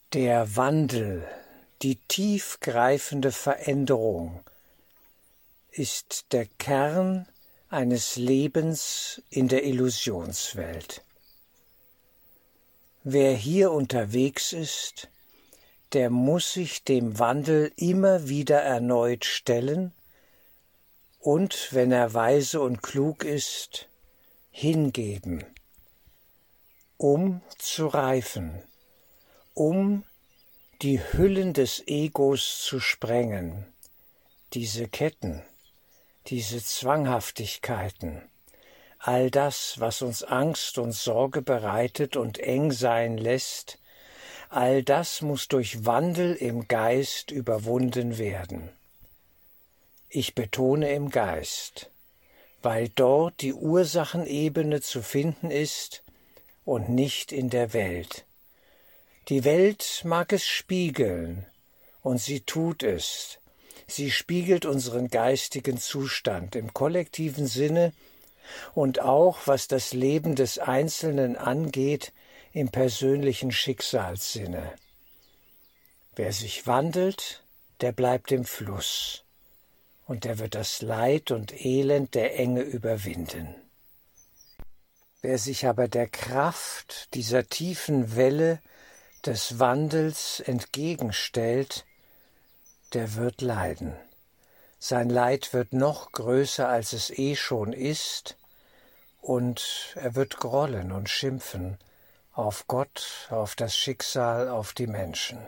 Der Wandel, die tiefgreifende Veränderung ist der Kern eines Lebens in der Illusionswelt. Wer hier unterwegs ist, der muss sich dem Wandel immer wieder erneut stellen und, wenn er weise und klug ist, hingeben, um zu reifen, um die Hüllen des Egos zu sprengen, diese Ketten, diese Zwanghaftigkeiten, all das, was uns Angst und Sorge bereitet und eng sein lässt, all das muss durch Wandel im Geist überwunden werden. Ich betone im Geist, weil dort die Ursachenebene zu finden ist und nicht in der Welt. Die Welt mag es spiegeln, und sie tut es. Sie spiegelt unseren geistigen Zustand im kollektiven Sinne und auch, was das Leben des Einzelnen angeht, im persönlichen Schicksalssinne. Wer sich wandelt, der bleibt im Fluss, und der wird das Leid und Elend der Enge überwinden. Wer sich aber der Kraft dieser tiefen Welle des Wandels entgegenstellt, der wird leiden. Sein Leid wird noch größer, als es schon ist, und er wird grollen und schimpfen auf Gott, auf das Schicksal, auf die Menschen.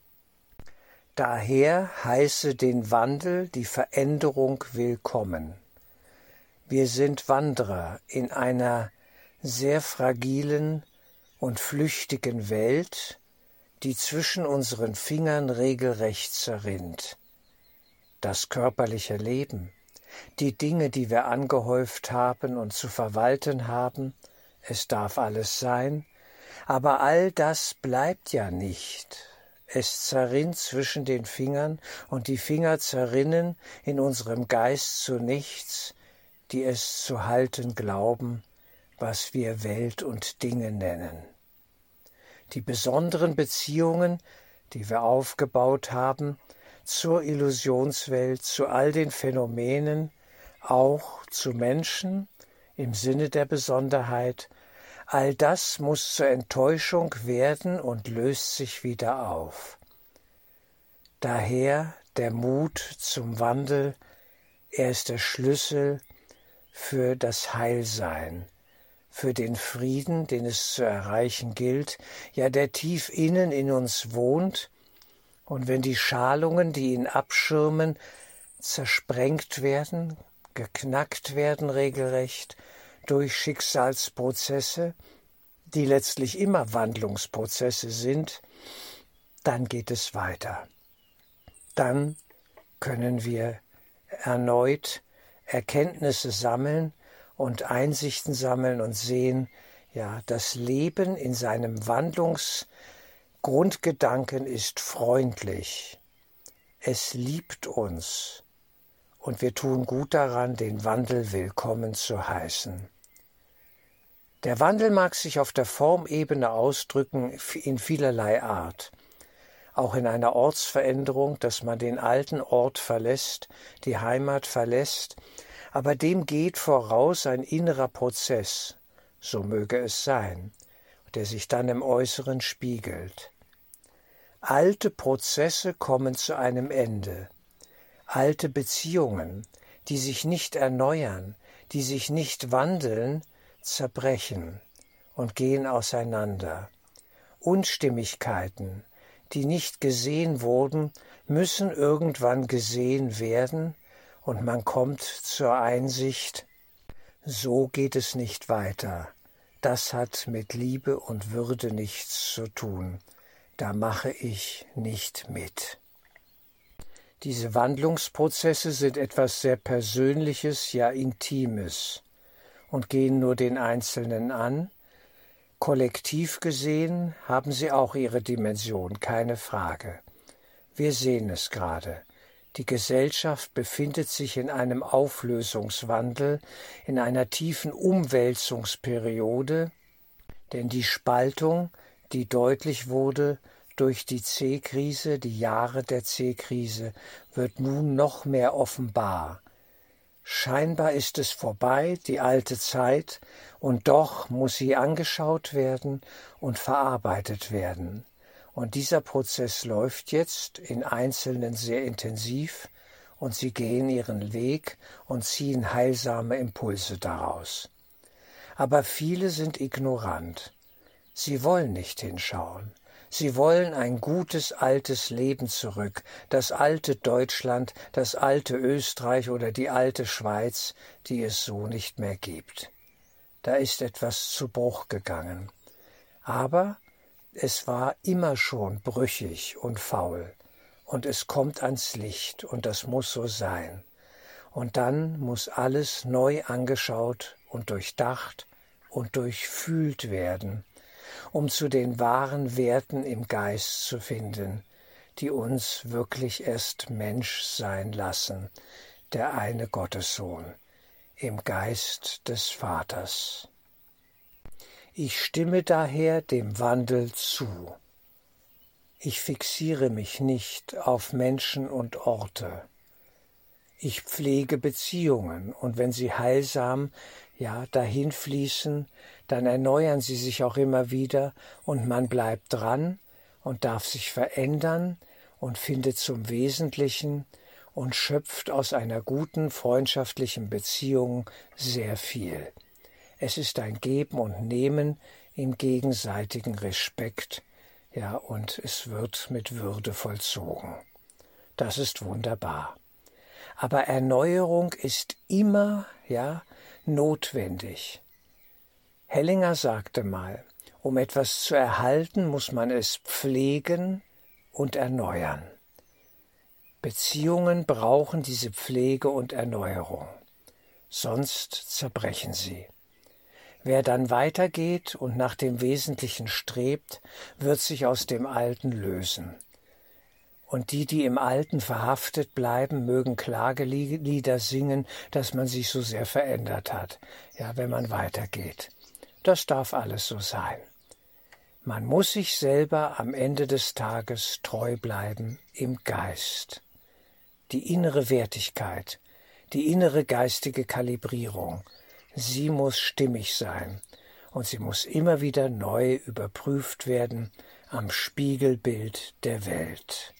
Daher heiße den Wandel, die Veränderung willkommen. Wir sind Wanderer in einer sehr fragilen und flüchtigen Welt, die zwischen unseren Fingern regelrecht zerrinnt. Das körperliche Leben, die Dinge, die wir angehäuft haben und zu verwalten haben, es darf alles sein, aber all das bleibt ja nicht. Es zerrinnt zwischen den Fingern und die Finger zerrinnen in unserem Geist zu nichts, die es zu halten glauben, was wir Welt und Dinge nennen. Die besonderen Beziehungen, die wir aufgebaut haben, zur Illusionswelt, zu all den Phänomenen, auch zu Menschen im Sinne der Besonderheit, all das muss zur Enttäuschung werden und löst sich wieder auf. Daher der Mut zum Wandel, er ist der Schlüssel für das Heilsein, für den Frieden, den es zu erreichen gilt, ja, der tief innen in uns wohnt, und wenn die Schalungen, die ihn abschirmen, zersprengt werden, geknackt werden regelrecht durch Schicksalsprozesse, die letztlich immer Wandlungsprozesse sind, dann geht es weiter. Dann können wir erneut Erkenntnisse sammeln und Einsichten sammeln und sehen, ja, das Leben in seinem Wandlungsgrundgedanken ist freundlich. Es liebt uns und wir tun gut daran, den Wandel willkommen zu heißen. Der Wandel mag sich auf der Formebene ausdrücken in vielerlei Art. Auch in einer Ortsveränderung, dass man den alten Ort verlässt, die Heimat verlässt, aber dem geht voraus ein innerer Prozess, so möge es sein, der sich dann im Äußeren spiegelt. Alte Prozesse kommen zu einem Ende. Alte Beziehungen, die sich nicht erneuern, die sich nicht wandeln, zerbrechen und gehen auseinander. Unstimmigkeiten, die nicht gesehen wurden, müssen irgendwann gesehen werden, und man kommt zur Einsicht, so geht es nicht weiter. Das hat mit Liebe und Würde nichts zu tun. Da mache ich nicht mit. Diese Wandlungsprozesse sind etwas sehr Persönliches, ja Intimes und gehen nur den Einzelnen an. Kollektiv gesehen haben sie auch ihre Dimension, keine Frage. Wir sehen es gerade. Die Gesellschaft befindet sich in einem Auflösungswandel, in einer tiefen Umwälzungsperiode, denn die Spaltung, die deutlich wurde durch die C-Krise, die Jahre der C-Krise, wird nun noch mehr offenbar. Scheinbar ist es vorbei, die alte Zeit, und doch muss sie angeschaut werden und verarbeitet werden. Und dieser Prozess läuft jetzt in Einzelnen sehr intensiv, und sie gehen ihren Weg und ziehen heilsame Impulse daraus. Aber viele sind ignorant. Sie wollen nicht hinschauen. Sie wollen ein gutes, altes Leben zurück, das alte Deutschland, das alte Österreich oder die alte Schweiz, die es so nicht mehr gibt. Da ist etwas zu Bruch gegangen. Aber es war immer schon brüchig und faul. Und es kommt ans Licht, und das muss so sein. Und dann muss alles neu angeschaut und durchdacht und durchfühlt werden, um zu den wahren Werten im Geist zu finden, die uns wirklich erst Mensch sein lassen, der eine Gottessohn, im Geist des Vaters. Ich stimme daher dem Wandel zu. Ich fixiere mich nicht auf Menschen und Orte. Ich pflege Beziehungen, und wenn sie heilsam, dahin fließen, dann erneuern sie sich auch immer wieder, und man bleibt dran und darf sich verändern und findet zum Wesentlichen und schöpft aus einer guten freundschaftlichen Beziehung sehr viel. Es ist ein Geben und Nehmen im gegenseitigen Respekt, und es wird mit Würde vollzogen. Das ist wunderbar. Aber Erneuerung ist immer, notwendig. Hellinger sagte mal, um etwas zu erhalten, muss man es pflegen und erneuern. Beziehungen brauchen diese Pflege und Erneuerung, sonst zerbrechen sie. Wer dann weitergeht und nach dem Wesentlichen strebt, wird sich aus dem Alten lösen. Und die im Alten verhaftet bleiben, mögen Klagelieder singen, dass man sich so sehr verändert hat, wenn man weitergeht. Das darf alles so sein. Man muss sich selber am Ende des Tages treu bleiben im Geist. Die innere Wertigkeit, die innere geistige Kalibrierung, sie muss stimmig sein, und sie muss immer wieder neu überprüft werden am Spiegelbild der Welt.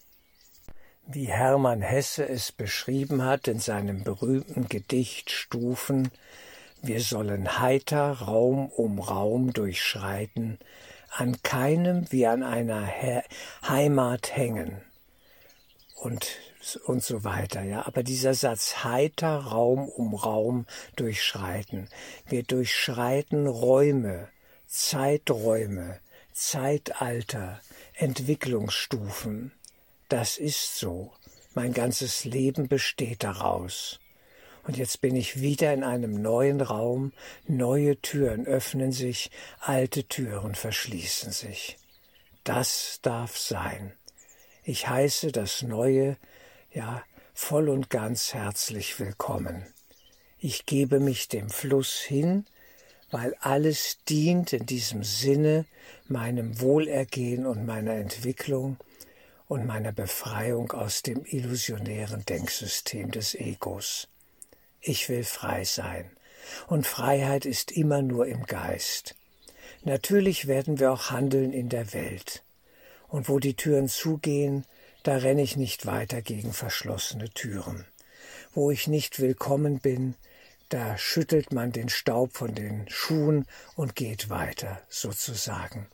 Wie Hermann Hesse es beschrieben hat in seinem berühmten Gedicht Stufen: Wir sollen heiter Raum um Raum durchschreiten, an keinem wie an einer Heimat hängen. Und so weiter, Aber dieser Satz, heiter Raum um Raum durchschreiten. Wir durchschreiten Räume, Zeiträume, Zeitalter, Entwicklungsstufen. Das ist so. Mein ganzes Leben besteht daraus. Und jetzt bin ich wieder in einem neuen Raum, neue Türen öffnen sich, alte Türen verschließen sich. Das darf sein. Ich heiße das Neue, voll und ganz herzlich willkommen. Ich gebe mich dem Fluss hin, weil alles dient in diesem Sinne meinem Wohlergehen und meiner Entwicklung und meiner Befreiung aus dem illusionären Denksystem des Egos. Ich will frei sein, und Freiheit ist immer nur im Geist. Natürlich werden wir auch handeln in der Welt. Und wo die Türen zugehen, da renne ich nicht weiter gegen verschlossene Türen. Wo ich nicht willkommen bin, da schüttelt man den Staub von den Schuhen und geht weiter, sozusagen.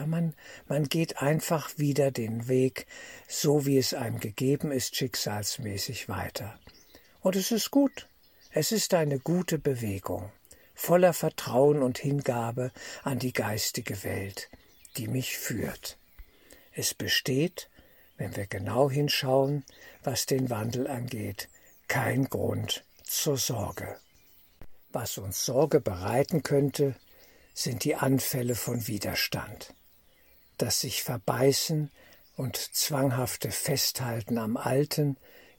Man geht einfach wieder den Weg, so wie es einem gegeben ist, schicksalsmäßig weiter. Und es ist gut. Es ist eine gute Bewegung, voller Vertrauen und Hingabe an die geistige Welt, die mich führt. Es besteht, wenn wir genau hinschauen, was den Wandel angeht, kein Grund zur Sorge. Was uns Sorge bereiten könnte, sind die Anfälle von Widerstand. Das sich verbeißen und zwanghafte Festhalten am Alten,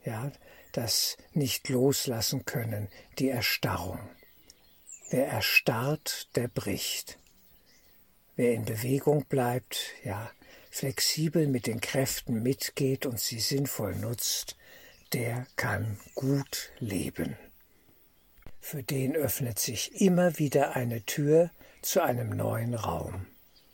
das nicht loslassen können, die Erstarrung. Wer erstarrt, der bricht. Wer in Bewegung bleibt, flexibel mit den Kräften mitgeht und sie sinnvoll nutzt, der kann gut leben. Für den öffnet sich immer wieder eine Tür zu einem neuen Raum.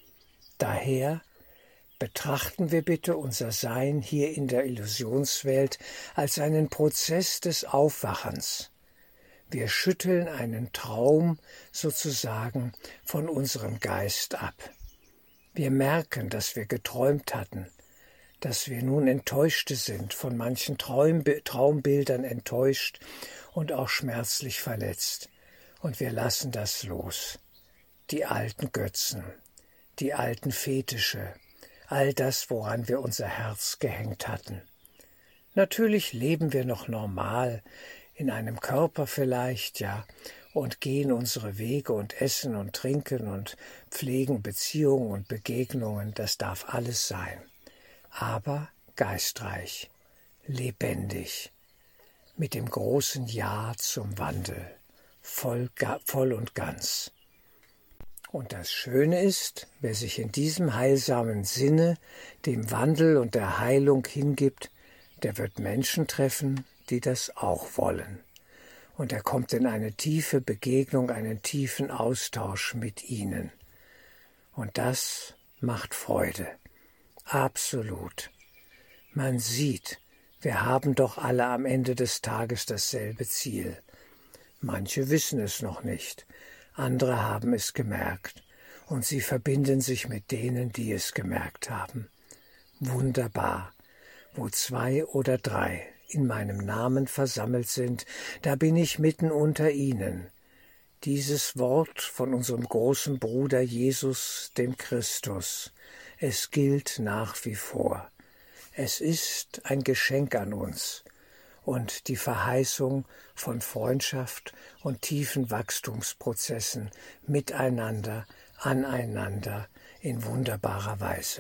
Daher betrachten wir bitte unser Sein hier in der Illusionswelt als einen Prozess des Aufwachens. Wir schütteln einen Traum sozusagen von unserem Geist ab. Wir merken, dass wir geträumt hatten, dass wir nun Enttäuschte sind, von manchen Traumbildern enttäuscht und auch schmerzlich verletzt. Und wir lassen das los. Die alten Götzen, die alten Fetische, all das, woran wir unser Herz gehängt hatten. Natürlich leben wir noch normal, in einem Körper vielleicht, ja, und gehen unsere Wege und essen und trinken und pflegen Beziehungen und Begegnungen, das darf alles sein. Aber geistreich, lebendig, mit dem großen Ja zum Wandel, voll und ganz. Und das Schöne ist, wer sich in diesem heilsamen Sinne dem Wandel und der Heilung hingibt, der wird Menschen treffen, die das auch wollen. Und er kommt in eine tiefe Begegnung, einen tiefen Austausch mit ihnen. Und das macht Freude. Absolut. Man sieht, wir haben doch alle am Ende des Tages dasselbe Ziel. Manche wissen es noch nicht, andere haben es gemerkt und sie verbinden sich mit denen, die es gemerkt haben. Wunderbar. Wo 2 oder 3 in meinem Namen versammelt sind, da bin ich mitten unter ihnen. Dieses Wort von unserem großen Bruder Jesus, dem Christus, es gilt nach wie vor. Es ist ein Geschenk an uns und die Verheißung von Freundschaft und tiefen Wachstumsprozessen miteinander, aneinander in wunderbarer Weise.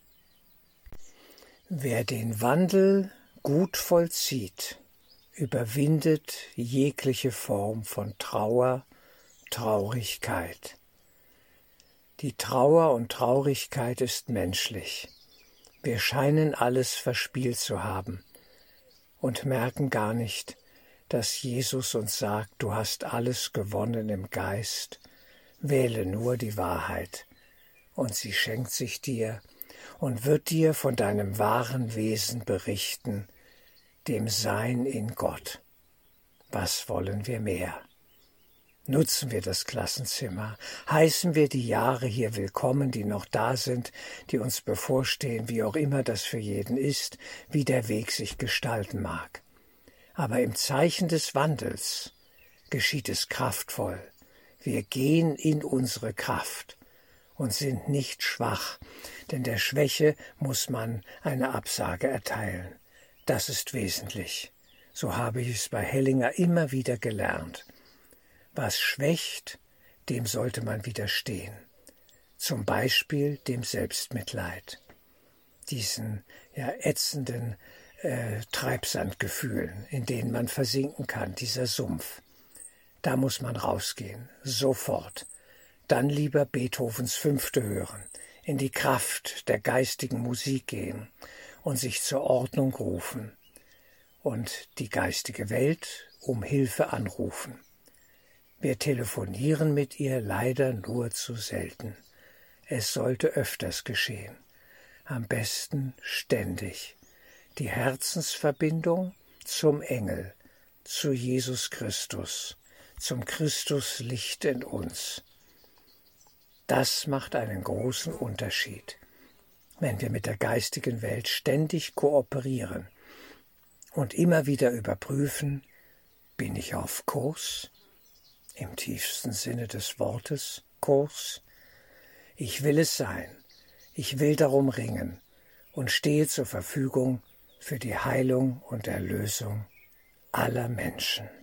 Wer den Wandel gut vollzieht, überwindet jegliche Form von Trauer, Traurigkeit. Die Trauer und Traurigkeit ist menschlich. Wir scheinen alles verspielt zu haben und merken gar nicht, dass Jesus uns sagt, du hast alles gewonnen im Geist, wähle nur die Wahrheit und sie schenkt sich dir und wird dir von deinem wahren Wesen berichten, dem Sein in Gott. Was wollen wir mehr? Nutzen wir das Klassenzimmer, heißen wir die Jahre hier willkommen, die noch da sind, die uns bevorstehen, wie auch immer das für jeden ist, wie der Weg sich gestalten mag. Aber im Zeichen des Wandels geschieht es kraftvoll. Wir gehen in unsere Kraft und sind nicht schwach, denn der Schwäche muss man eine Absage erteilen. Das ist wesentlich. So habe ich es bei Hellinger immer wieder gelernt. Was schwächt, dem sollte man widerstehen. Zum Beispiel dem Selbstmitleid, diesen ätzenden Treibsandgefühlen, in denen man versinken kann, dieser Sumpf. Da muss man rausgehen, sofort. Dann lieber Beethovens 5. hören, in die Kraft der geistigen Musik gehen und sich zur Ordnung rufen und die geistige Welt um Hilfe anrufen. Wir telefonieren mit ihr leider nur zu selten. Es sollte öfters geschehen, am besten ständig. Die Herzensverbindung zum Engel, zu Jesus Christus, zum Christuslicht in uns. Das macht einen großen Unterschied, wenn wir mit der geistigen Welt ständig kooperieren und immer wieder überprüfen, bin ich auf Kurs? Im tiefsten Sinne des Wortes, Kurs. Ich will es sein, ich will darum ringen und stehe zur Verfügung für die Heilung und Erlösung aller Menschen.